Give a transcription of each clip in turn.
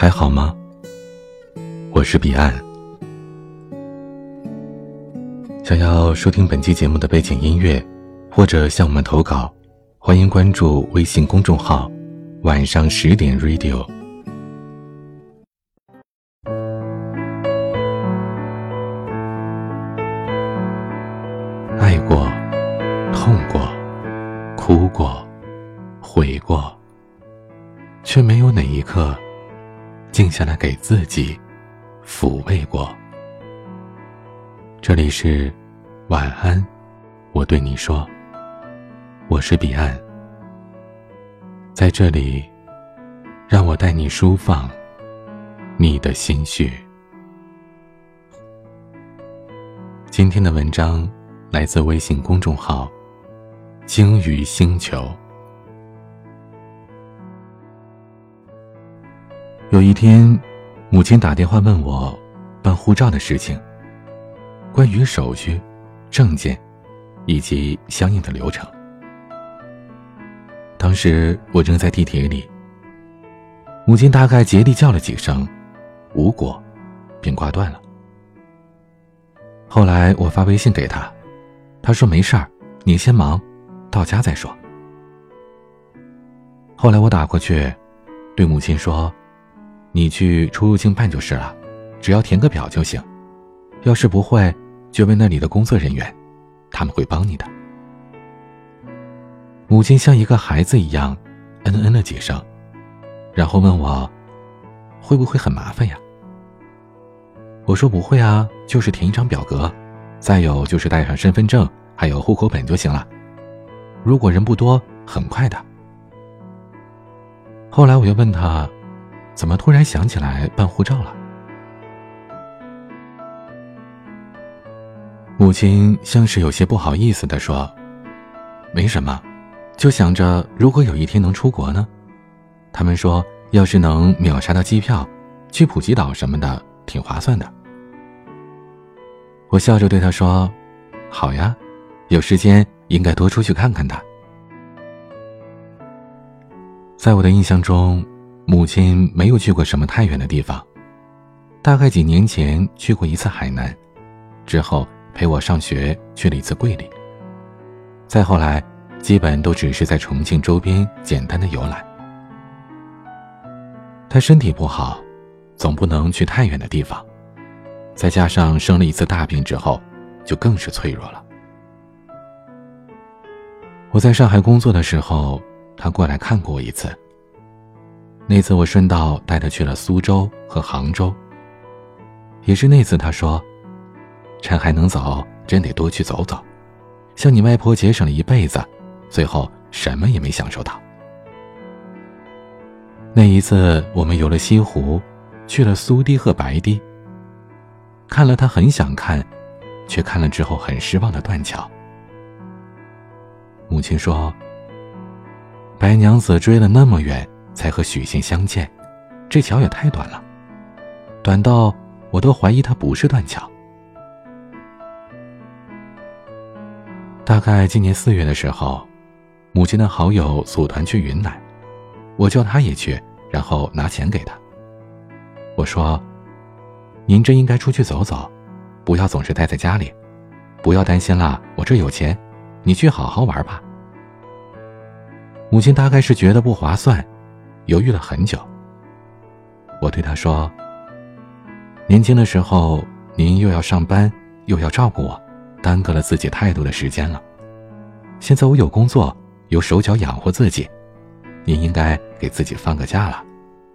还好吗？我是彼岸。想要收听本期节目的背景音乐，或者向我们投稿，欢迎关注微信公众号晚上10点 Radio。 爱过，痛过，哭过，悔过，却没有哪一刻静下来给自己抚慰过。这里是晚安，我对你说，我是彼岸。在这里，让我带你抒放你的心绪。今天的文章来自微信公众号鲸鱼星球。有一天，母亲打电话问我办护照的事情，关于手续、证件以及相应的流程。当时我正在地铁里，母亲大概竭力叫了几声，无果，便挂断了。后来我发微信给她，她说没事儿，你先忙，到家再说。后来我打过去，对母亲说，你去出入境办就是了，只要填个表就行，要是不会就问那里的工作人员，他们会帮你的。母亲像一个孩子一样嗯了几声，然后问我会不会很麻烦呀。我说不会啊，就是填一张表格，再有就是带上身份证还有户口本就行了，如果人不多很快的。后来我又问他怎么突然想起来办护照了。母亲像是有些不好意思地说，没什么，就想着如果有一天能出国呢，他们说要是能秒杀到机票，去普吉岛什么的挺划算的。我笑着对他说，好呀，有时间应该多出去看看的。在我的印象中，母亲没有去过什么太远的地方，大概几年前去过一次海南，之后陪我上学去了一次桂林，再后来基本都只是在重庆周边简单的游览。她身体不好，总不能去太远的地方，再加上生了一次大病之后，就更是脆弱了。我在上海工作的时候，她过来看过我一次，那次我顺道带她去了苏州和杭州。也是那次她说，趁还能走，真得多去走走，向你外婆节省了一辈子，最后什么也没享受到。那一次我们游了西湖，去了苏堤和白堤，看了她很想看，却看了之后很失望的断桥。母亲说，白娘子追了那么远才和许仙相见，这桥也太短了，短到我都怀疑它不是断桥。大概今年4月的时候，母亲的好友组团去云南，我叫他也去，然后拿钱给他。我说，您真应该出去走走，不要总是待在家里，不要担心啦，我这有钱，你去好好玩吧。母亲大概是觉得不划算，犹豫了很久。我对她说，年轻的时候您又要上班又要照顾我，耽搁了自己太多的时间了，现在我有工作，有手脚养活自己，您应该给自己放个假了。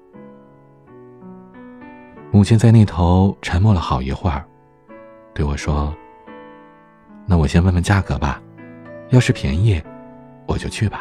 母亲在那头沉默了好一会儿，对我说，那我先问问价格吧，要是便宜我就去吧。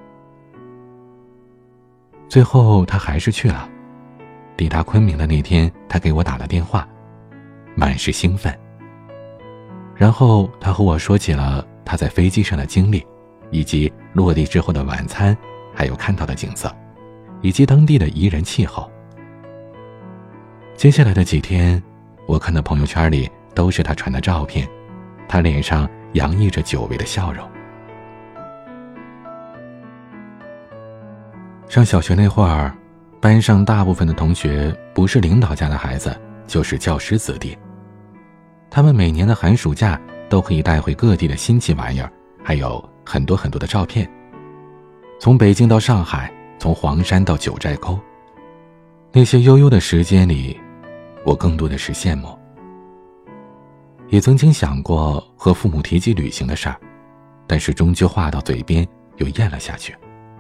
最后她还是去了。抵达昆明的那天，她给我打了电话，满是兴奋。然后她和我说起了她在飞机上的经历，以及落地之后的晚餐，还有看到的景色，以及当地的宜人气候。接下来的几天，我看到朋友圈里都是她传的照片，她脸上洋溢着久违的笑容。上小学那会儿， 班上大部分的同学不是领导家的孩子，就是教师子弟。他们每年的寒暑假都可以带回各地的新奇玩意儿，还有很多很多的照片。从北京到上海，从黄山到九寨沟，那些悠悠的时间里，我更多的是羡慕。也曾经想过和父母提及旅行的事儿，但是终究话到嘴边又咽了下去。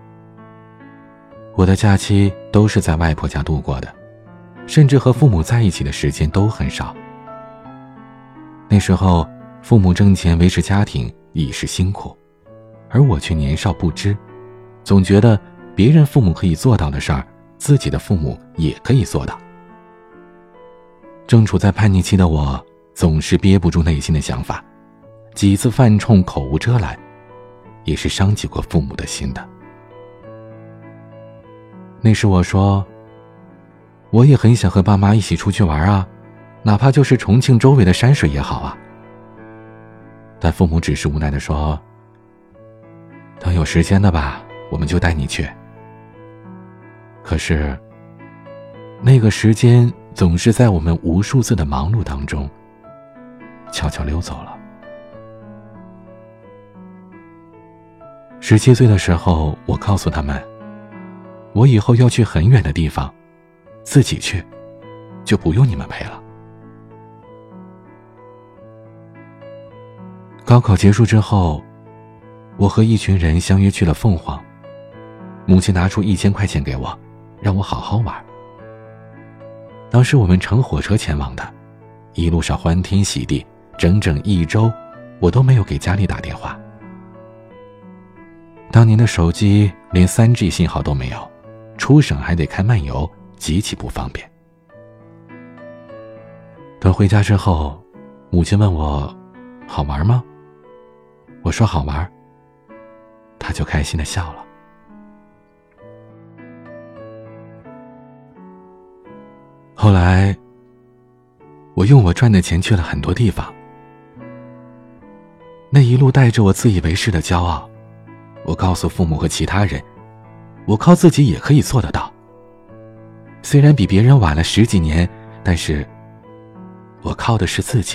我的假期都是在外婆家度过的，甚至和父母在一起的时间都很少。那时候父母挣钱维持家庭已是辛苦，而我却年少不知，总觉得别人父母可以做到的事儿，自己的父母也可以做到。正处在叛逆期的我，总是憋不住内心的想法，几次犯冲口无遮拦，也是伤及过父母的心的。那时我说，我也很想和爸妈一起出去玩啊，哪怕就是重庆周围的山水也好啊。但父母只是无奈地说，等有时间了吧，我们就带你去。可是那个时间总是在我们无数次的忙碌当中悄悄溜走了。17岁的时候，我告诉他们，我以后要去很远的地方，自己去，就不用你们陪了。高考结束之后，我和一群人相约去了凤凰，母亲拿出1000块钱给我，让我好好玩。当时我们乘火车前往的，一路上欢天喜地，整整1周我都没有给家里打电话。当年的手机连 3G 信号都没有，出省还得开漫游，极其不方便。等回家之后，母亲问我好玩吗？我说好玩，她就开心地笑了。后来我用我赚的钱去了很多地方，那一路带着我自以为是的骄傲，我告诉父母和其他人，我靠自己也可以做得到。虽然比别人晚了10几年，但是我靠的是自己。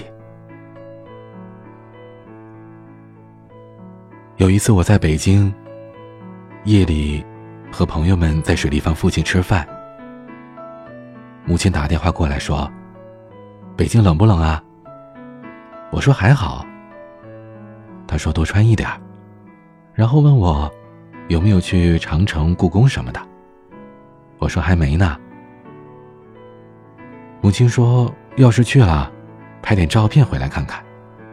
有一次我在北京，夜里和朋友们在水立方附近吃饭，母亲打电话过来说，北京冷不冷啊？我说还好。她说多穿一点，然后问我有没有去长城、故宫什么的。我说还没呢。母亲说要是去了，拍点照片回来看看。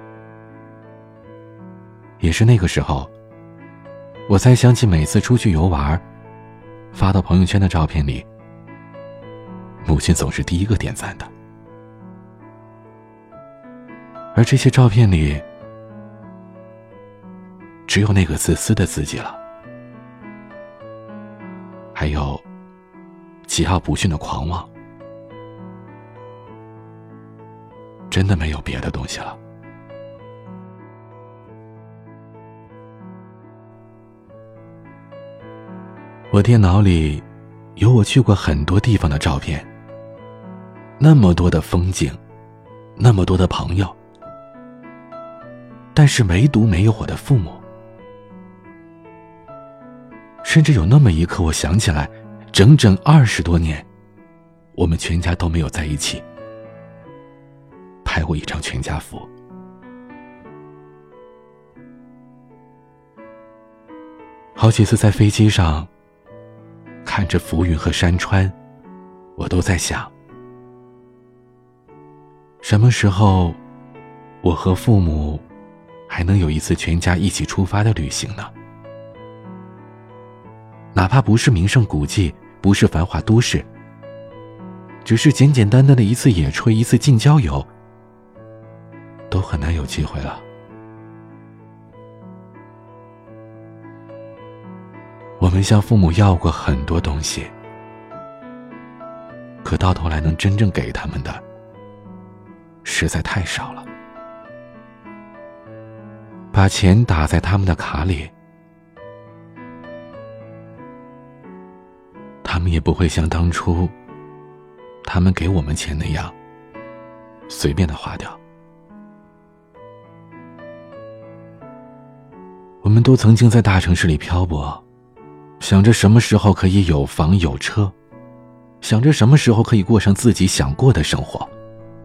也是那个时候，我才想起每次出去游玩，发到朋友圈的照片里，母亲总是第一个点赞的。而这些照片里，只有那个自私的自己了，还有桀骜不驯的狂妄，真的没有别的东西了。我电脑里有我去过很多地方的照片，那么多的风景，那么多的朋友，但是唯独没有我的父母。甚至有那么一刻，我想起来，整整20多年，我们全家都没有在一起拍过一张全家福。好几次在飞机上看着浮云和山川，我都在想，什么时候我和父母还能有一次全家一起出发的旅行呢？哪怕不是名胜古迹，不是繁华都市，只是简简单单的一次野炊，一次近郊游，都很难有机会了。我们向父母要过很多东西，可到头来能真正给他们的实在太少了。把钱打在他们的卡里，他们也不会像当初他们给我们钱那样随便的花掉。我们都曾经在大城市里漂泊，想着什么时候可以有房有车，想着什么时候可以过上自己想过的生活。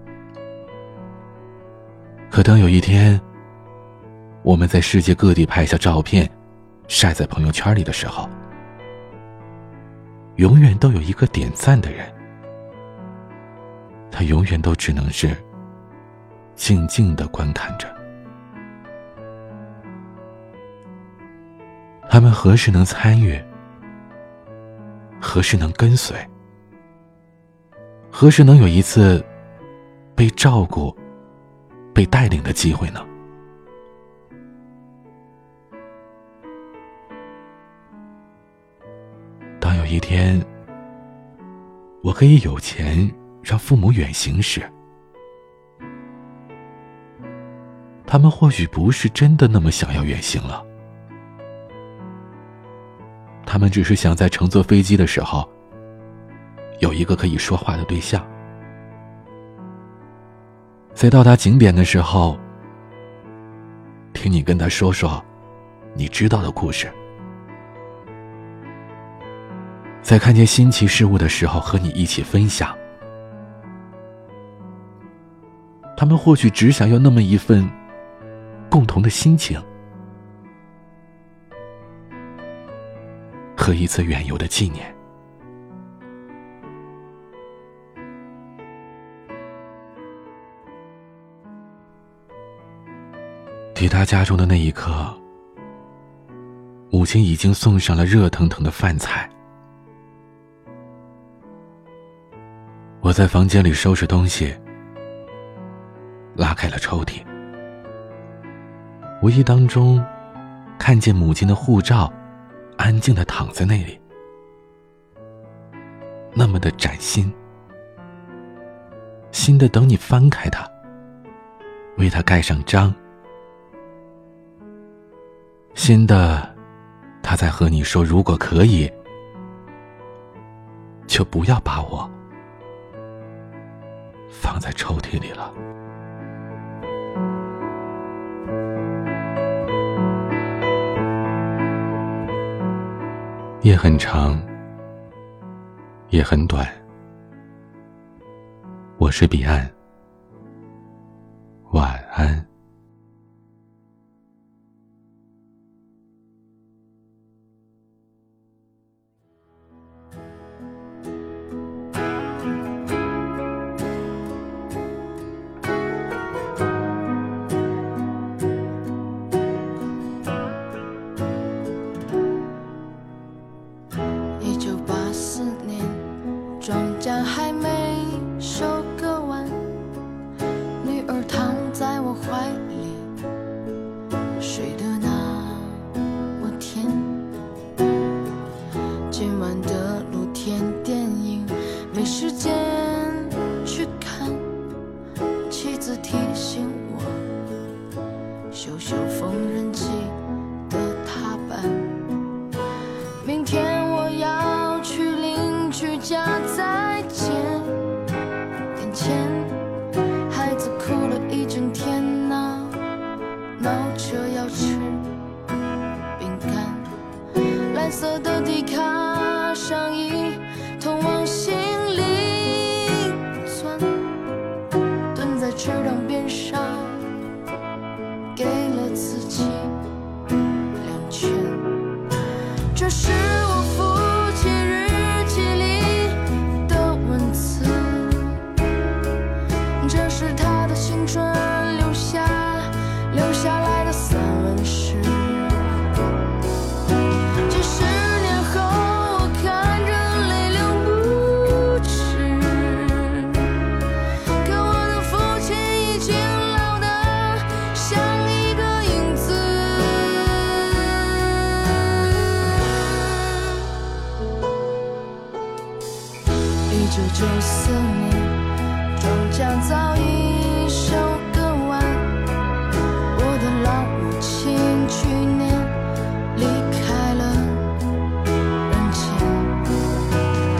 可当有一天我们在世界各地拍下照片晒在朋友圈里的时候，永远都有一个点赞的人，他永远都只能是静静地观看着。他们何时能参与，何时能跟随，何时能有一次被照顾被带领的机会呢？当有一天我可以有钱让父母远行时，他们或许不是真的那么想要远行了，他们只是想在乘坐飞机的时候有一个可以说话的对象，在到达景点的时候听你跟他说说你知道的故事，在看见新奇事物的时候和你一起分享。他们或许只想要那么一份共同的心情和一次远游的纪念。抵达家中的那一刻，母亲已经送上了热腾腾的饭菜。我在房间里收拾东西，拉开了抽屉，无意当中看见母亲的护照安静地躺在那里，那么的崭新，新的等你翻开它，为它盖上章，新的他在和你说，如果可以就不要把我放在抽屉里了。夜很长，也很短。我是彼岸，晚安。 庄稼还没收割完，女儿躺在我怀里，睡得那么甜。今晚的露天电影没时间去看，妻子提醒我修修缝纫机的踏板。明天我要去邻居家再见点钱，孩子哭了一整天呐，闹着要吃饼干。蓝色的迪卡上衣通往心里钻，蹲在池塘边上给了自己2拳。这是我夫妻日记里的文字，这是他的青春留下来的散文诗。几十年后我看着泪流不止，可我的父亲已经老得像一个影子。1994年，庄稼早已收割完，我的老母亲去年离开了人间。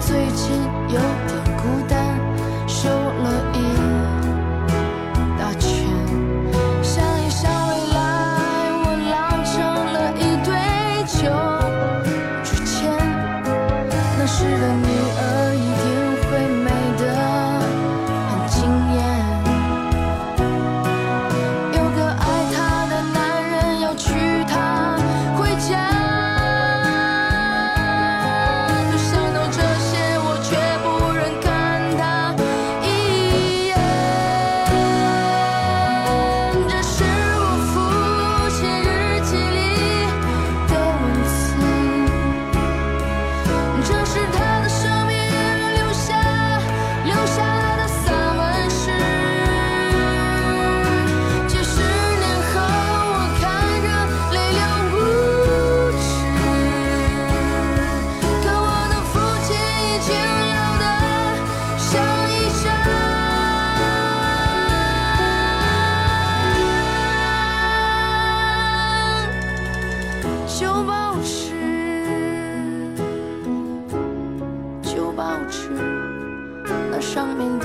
最近有点孤单，瘦了一大圈。想一想未来，我老成了一堆旧纸钱。那时的女儿一定会美得很惊艳。有个爱她的男人要娶她回家。就保持那上面